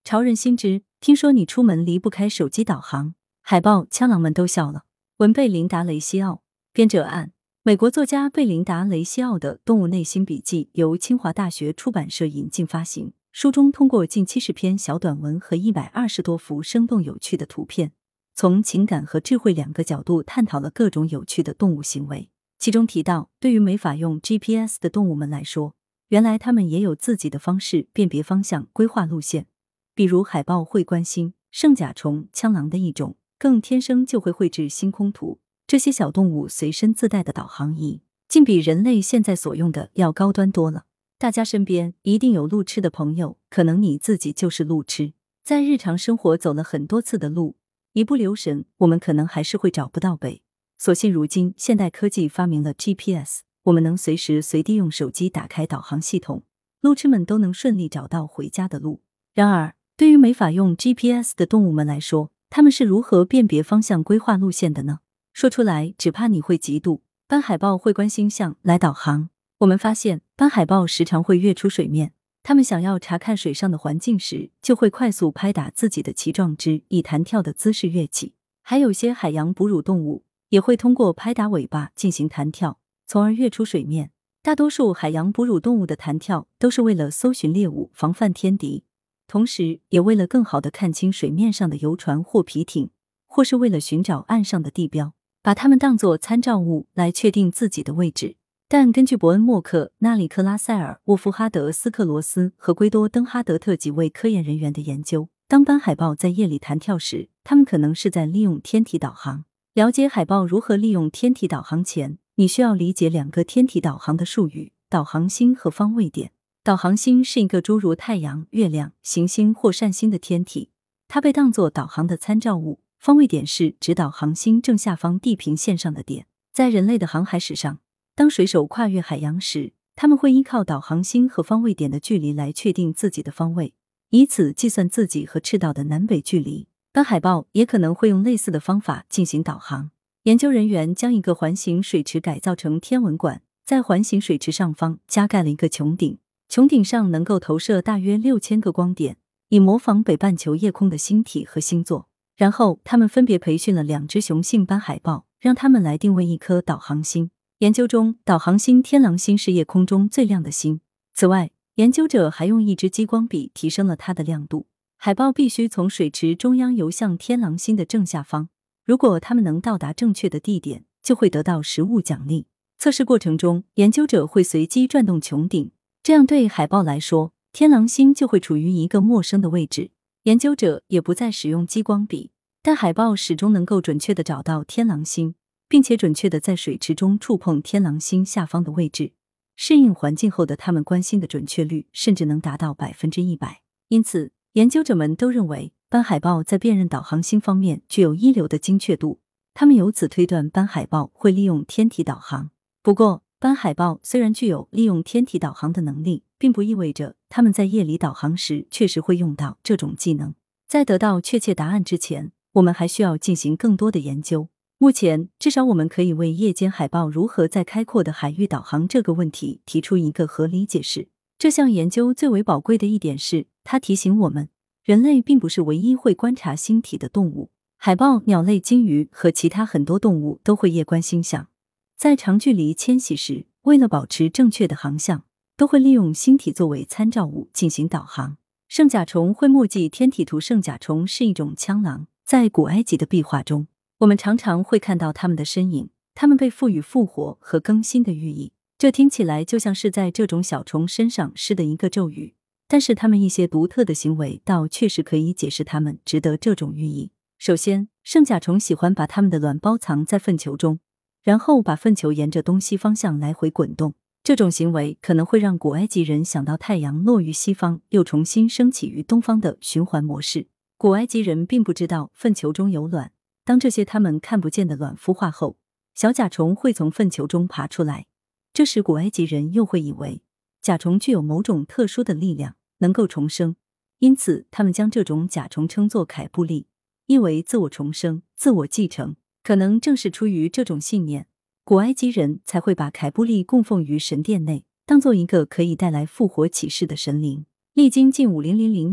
潮人心知，听说你出门离不开手机导航。海豹枪狼们都笑了。文贝琳达·雷西奥，编者按。美国作家贝琳达·雷西奥的《动物内心笔记》由清华大学出版社引进发行。书中通过近70篇小短文和120多幅生动有趣的图片，从情感和智慧两个角度探讨了各种有趣的动物行为。其中提到，对于没法用 GPS 的动物们来说，原来它们也有自己的方式辨别方向、规划路线。比如海豹会观星，圣甲虫枪狼的一种更天生就会绘制星空图。这些小动物随身自带的导航仪，竟比人类现在所用的要高端多了。大家身边一定有路痴的朋友，可能你自己就是路痴。在日常生活走了很多次的路，一不留神，我们可能还是会找不到北。所幸如今现代科技发明了 GPS， 我们能随时随地用手机打开导航系统，路痴们都能顺利找到回家的路。然而，对于没法用 GPS 的动物们来说，它们是如何辨别方向、规划路线的呢？说出来只怕你会嫉妒。斑海豹会观星象来导航。我们发现斑海豹时常会跃出水面，它们想要查看水上的环境时，就会快速拍打自己的鳍状肢，以弹跳的姿势跃起。还有些海洋哺乳动物也会通过拍打尾巴进行弹跳，从而跃出水面。大多数海洋哺乳动物的弹跳都是为了搜寻猎物，防范天敌，同时也为了更好地看清水面上的游船或皮艇，或是为了寻找岸上的地标，把它们当作参照物来确定自己的位置。但根据伯恩·默克、纳里克拉塞尔、沃夫哈德·斯克罗斯和圭多·登哈德特几位科研人员的研究，当斑海豹在夜里弹跳时，它们可能是在利用天体导航。了解海豹如何利用天体导航前，你需要理解2个天体导航的术语：导航星和方位点。导航星是一个诸如太阳、月亮、行星或扇星的天体，它被当作导航的参照物。方位点是指导航星正下方地平线上的点。在人类的航海史上，当水手跨越海洋时，他们会依靠导航星和方位点的距离来确定自己的方位，以此计算自己和赤道的南北距离。斑海豹也可能会用类似的方法进行导航。研究人员将一个环形水池改造成天文馆，在环形水池上方加盖了一个穹顶，穹顶上能够投射大约6000个光点，以模仿北半球夜空的星体和星座。然后他们分别培训了2只雄性斑海豹，让他们来定位一颗导航星。研究中，导航星天狼星是夜空中最亮的星。此外，研究者还用一支激光笔提升了它的亮度。海豹必须从水池中央游向天狼星的正下方，如果它们能到达正确的地点，就会得到食物奖励。测试过程中，研究者会随机转动穹顶，这样对海豹来说，天狼星就会处于一个陌生的位置。研究者也不再使用激光笔，但海豹始终能够准确地找到天狼星，并且准确地在水池中触碰天狼星下方的位置。适应环境后的它们观星的准确率甚至能达到100%。因此，研究者们都认为斑海豹在辨认导航星方面具有一流的精确度，他们由此推断斑海豹会利用天体导航。不过，斑海豹虽然具有利用天体导航的能力，并不意味着他们在夜里导航时确实会用到这种技能。在得到确切答案之前，我们还需要进行更多的研究。目前，至少我们可以为夜间海豹如何在开阔的海域导航这个问题提出一个合理解释。这项研究最为宝贵的一点是，它提醒我们，人类并不是唯一会观察星体的动物。海豹、鸟类、鲸鱼和其他很多动物都会夜观星象。在长距离迁徙时，为了保持正确的航向，都会利用星体作为参照物进行导航。圣甲虫会默记天体图。圣甲虫是一种枪狼，在古埃及的壁画中，我们常常会看到它们的身影，它们被赋予复活和更新的寓意。这听起来就像是在这种小虫身上施的一个咒语，但是它们一些独特的行为倒确实可以解释它们值得这种寓意。首先，圣甲虫喜欢把它们的卵包藏在粪球中，然后把粪球沿着东西方向来回滚动。这种行为可能会让古埃及人想到太阳落于西方又重新升起于东方的循环模式。古埃及人并不知道粪球中有卵，当这些他们看不见的卵孵化后，小甲虫会从粪球中爬出来，这时古埃及人又会以为甲虫具有某种特殊的力量，能够重生，因此他们将这种甲虫称作凯布利，意为自我重生、自我继承。可能正是出于这种信念，古埃及人才会把凯布利供奉于神殿内，当做一个可以带来复活启示的神灵。历经近5000年，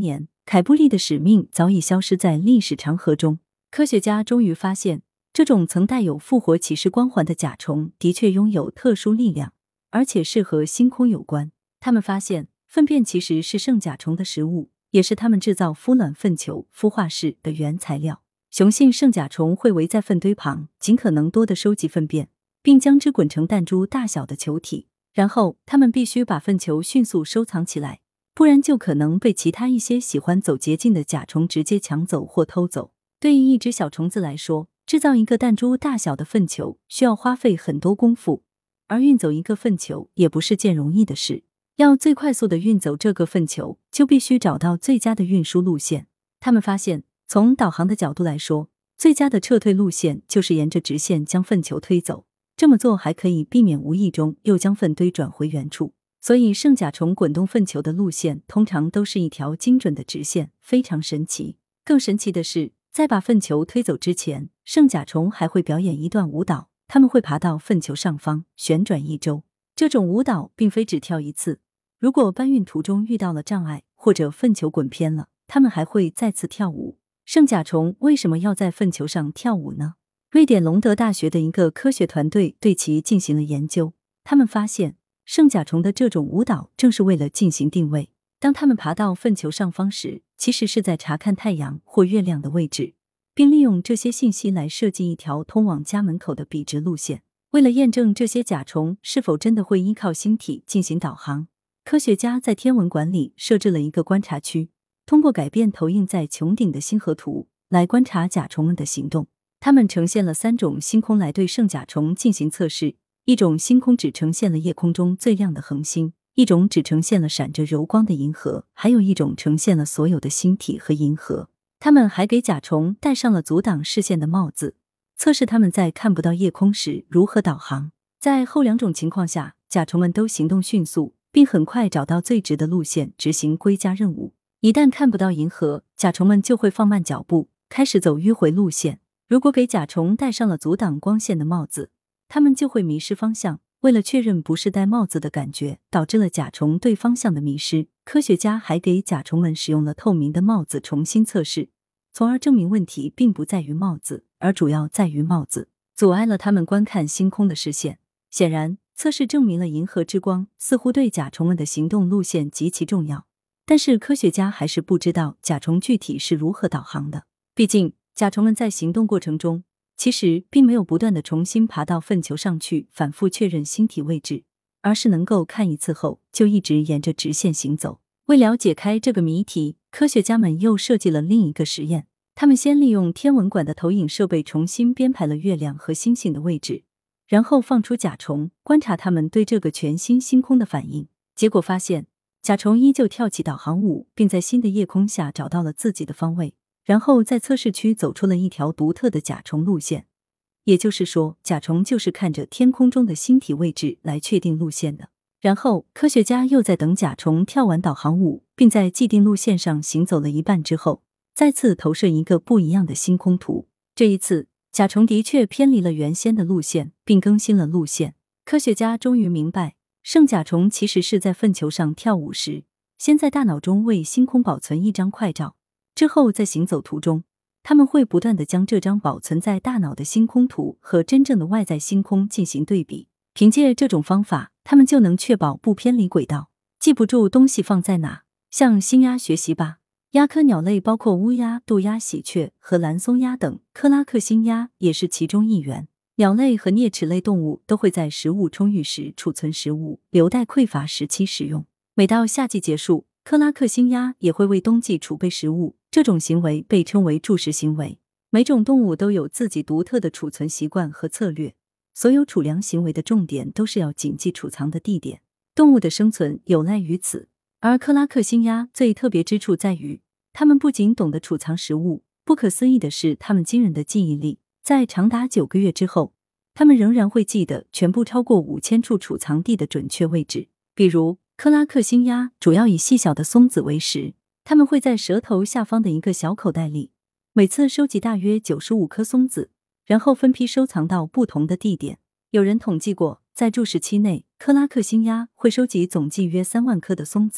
凯布利的使命早已消失在历史长河中。科学家终于发现，这种曾带有复活骑士光环的甲虫的确拥有特殊力量，而且是和星空有关。他们发现，粪便其实是圣甲虫的食物，也是它们制造孵卵粪球孵化室的原材料。雄性圣甲虫会围在粪堆旁，尽可能多地收集粪便，并将之滚成弹珠大小的球体，然后它们必须把粪球迅速收藏起来，不然就可能被其他一些喜欢走捷径的甲虫直接抢走或偷走。对于一只小虫子来说，制造一个弹珠大小的粪球需要花费很多功夫，而运走一个粪球也不是件容易的事。要最快速地运走这个粪球，就必须找到最佳的运输路线。他们发现，从导航的角度来说，最佳的撤退路线就是沿着直线将粪球推走，这么做还可以避免无意中又将粪堆转回原处。所以圣甲虫滚动粪球的路线通常都是一条精准的直线，非常神奇。更神奇的是，在把粪球推走之前，圣甲虫还会表演一段舞蹈，它们会爬到粪球上方旋转一周。这种舞蹈并非只跳一次，如果搬运途中遇到了障碍，或者粪球滚偏了，它们还会再次跳舞。圣甲虫为什么要在粪球上跳舞呢？瑞典隆德大学的一个科学团队对其进行了研究，他们发现圣甲虫的这种舞蹈正是为了进行定位。当它们爬到粪球上方时，其实是在查看太阳或月亮的位置，并利用这些信息来设计一条通往家门口的笔直路线。为了验证这些甲虫是否真的会依靠星体进行导航，科学家在天文馆里设置了一个观察区，通过改变投影在穹顶的星河图来观察甲虫们的行动。他们呈现了3种星空来对圣甲虫进行测试，一种星空只呈现了夜空中最亮的恒星，一种只呈现了闪着柔光的银河，还有一种呈现了所有的星体和银河。他们还给甲虫戴上了阻挡视线的帽子，测试它们在看不到夜空时如何导航。在后2种情况下，甲虫们都行动迅速，并很快找到最直的路线执行归家任务。一旦看不到银河，甲虫们就会放慢脚步，开始走迂回路线。如果给甲虫戴上了阻挡光线的帽子，它们就会迷失方向。为了确认不是戴帽子的感觉导致了甲虫对方向的迷失，科学家还给甲虫们使用了透明的帽子重新测试，从而证明问题并不在于帽子，而主要在于帽子阻碍了它们观看星空的视线。显然，测试证明了银河之光似乎对甲虫们的行动路线极其重要，但是科学家还是不知道甲虫具体是如何导航的。毕竟，甲虫们在行动过程中其实并没有不断地重新爬到粪球上去反复确认星体位置，而是能够看一次后就一直沿着直线行走。为了解开这个谜题，科学家们又设计了另一个实验。他们先利用天文馆的投影设备重新编排了月亮和星星的位置，然后放出甲虫，观察它们对这个全新星空的反应。结果发现，甲虫依旧跳起导航舞，并在新的夜空下找到了自己的方位，然后在测试区走出了一条独特的甲虫路线。也就是说，甲虫就是看着天空中的星体位置来确定路线的。然后，科学家又在等甲虫跳完导航舞，并在既定路线上行走了一半之后，再次投射一个不一样的星空图。这一次，甲虫的确偏离了原先的路线，并更新了路线。科学家终于明白，圣甲虫其实是在粪球上跳舞时，先在大脑中为星空保存一张快照，之后在行走途中，他们会不断地将这张保存在大脑的星空图和真正的外在星空进行对比。凭借这种方法，他们就能确保不偏离轨道，记不住东西放在哪。向新鸭学习吧。鸭科鸟类包括乌鸦、渡鸦、喜鹊和蓝松鸦等，克拉克星鸦也是其中一员。鸟类和啮齿类动物都会在食物充裕时储存食物，留待匮乏时期使用。每到夏季结束，克拉克星鸦也会为冬季储备食物，这种行为被称为贮食行为。每种动物都有自己独特的储存习惯和策略，所有储粮行为的重点都是要谨记储藏的地点。动物的生存有赖于此。而克拉克星鸦最特别之处在于，它们不仅懂得储藏食物，不可思议的是它们惊人的记忆力。在长达9个月之后，它们仍然会记得全部超过5000处储藏地的准确位置。比如，克拉克星鸦主要以细小的松子为食，它们会在舌头下方的一个小口袋里，每次收集大约95颗松子，然后分批收藏到不同的地点。有人统计过，在贮食期内，克拉克星鸦会收集总计约3万颗的松子，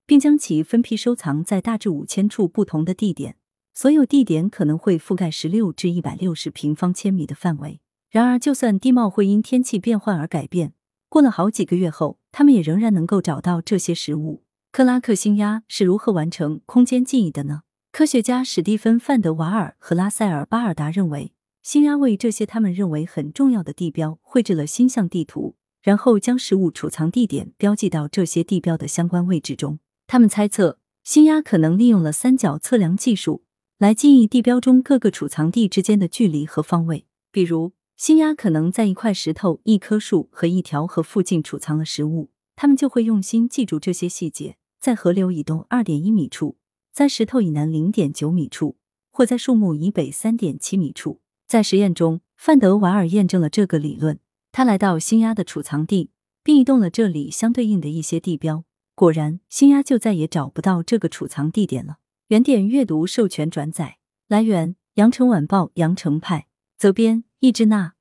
并将其分批收藏在大致5000处不同的地点，所有地点可能会覆盖16至160平方千米的范围。然而，就算地貌会因天气变换而改变，过了好几个月后，他们也仍然能够找到这些食物。克拉克星鸦是如何完成空间记忆的呢？科学家史蒂芬·范德瓦尔和拉塞尔·巴尔达认为，星鸦为这些他们认为很重要的地标绘制了星象地图，然后将食物储藏地点标记到这些地标的相关位置中。他们猜测，星鸦可能利用了三角测量技术来记忆地标中各个储藏地之间的距离和方位。比如，星鸦可能在一块石头、一棵树和一条河附近储藏了食物，它们就会用心记住这些细节，在河流以东 2.1 米处，在石头以南 0.9 米处，或在树木以北 3.7 米处。在实验中，范德瓦尔验证了这个理论。他来到星鸦的储藏地，并移动了这里相对应的一些地标。果然，星鸦就再也找不到这个储藏地点了。原点阅读授权转载。来源：羊城晚报羊城派。责编：易之娜。